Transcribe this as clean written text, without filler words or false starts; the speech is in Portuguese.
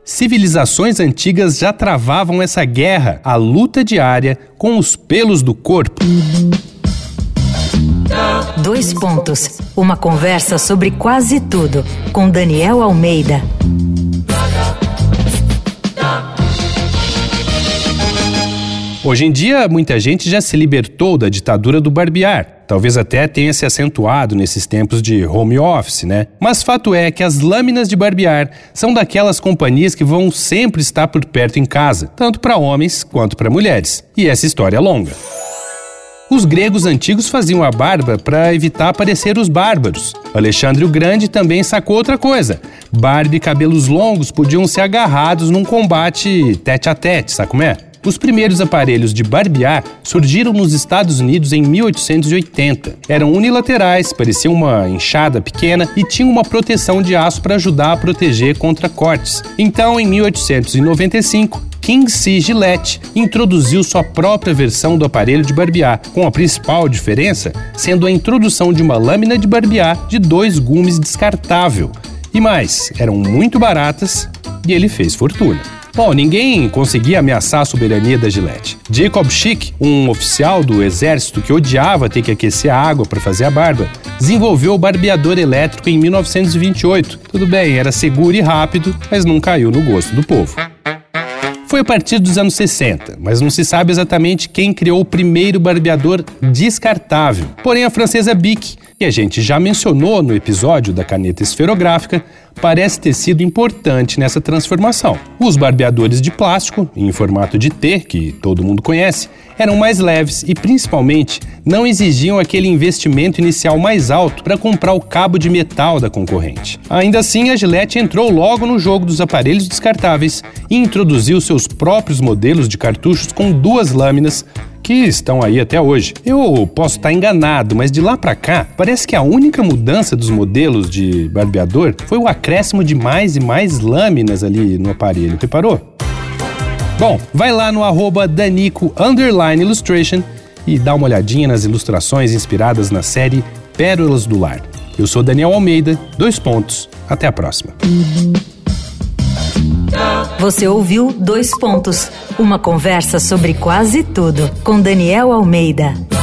civilizações antigas já travavam essa guerra, a luta diária com os pelos do corpo. 2 pontos. Uma conversa sobre quase tudo, com Daniel Almeida. Hoje em dia, muita gente já se libertou da ditadura do barbear. Talvez até tenha se acentuado nesses tempos de home office, né? Mas fato é que as lâminas de barbear são daquelas companhias que vão sempre estar por perto em casa, tanto para homens quanto para mulheres. E essa história é longa. Os gregos antigos faziam a barba para evitar aparecer os bárbaros. Alexandre o Grande também sacou outra coisa. Barba e cabelos longos podiam ser agarrados num combate tete-a-tete, sabe como é? Os primeiros aparelhos de barbear surgiram nos Estados Unidos em 1880. Eram unilaterais, pareciam uma enxada pequena e tinham uma proteção de aço para ajudar a proteger contra cortes. Então, em 1895, King C. Gillette introduziu sua própria versão do aparelho de barbear, com a principal diferença sendo a introdução de uma lâmina de barbear de 2 gumes descartável. E mais, eram muito baratas e ele fez fortuna. Bom, ninguém conseguia ameaçar a soberania da Gillette. Jacob Schick, um oficial do exército que odiava ter que aquecer a água para fazer a barba, desenvolveu o barbeador elétrico em 1928. Tudo bem, era seguro e rápido, mas não caiu no gosto do povo. Foi a partir dos anos 60, mas não se sabe exatamente quem criou o primeiro barbeador descartável. Porém, a francesa Bic, que a gente já mencionou no episódio da caneta esferográfica, parece ter sido importante nessa transformação. Os barbeadores de plástico, em formato de T, que todo mundo conhece, eram mais leves e, principalmente, não exigiam aquele investimento inicial mais alto para comprar o cabo de metal da concorrente. Ainda assim, a Gillette entrou logo no jogo dos aparelhos descartáveis e introduziu seus próprios modelos de cartuchos com 2 lâminas, que estão aí até hoje. Eu posso estar enganado, mas de lá pra cá, parece que a única mudança dos modelos de barbeador foi o acréscimo de mais e mais lâminas ali no aparelho, reparou? Bom, vai lá no @Danico_Illustration e dá uma olhadinha nas ilustrações inspiradas na série Pérolas do Lar. Eu sou Daniel Almeida, 2 pontos. Até a próxima. Você ouviu 2 pontos. Uma conversa sobre quase tudo com Daniel Almeida.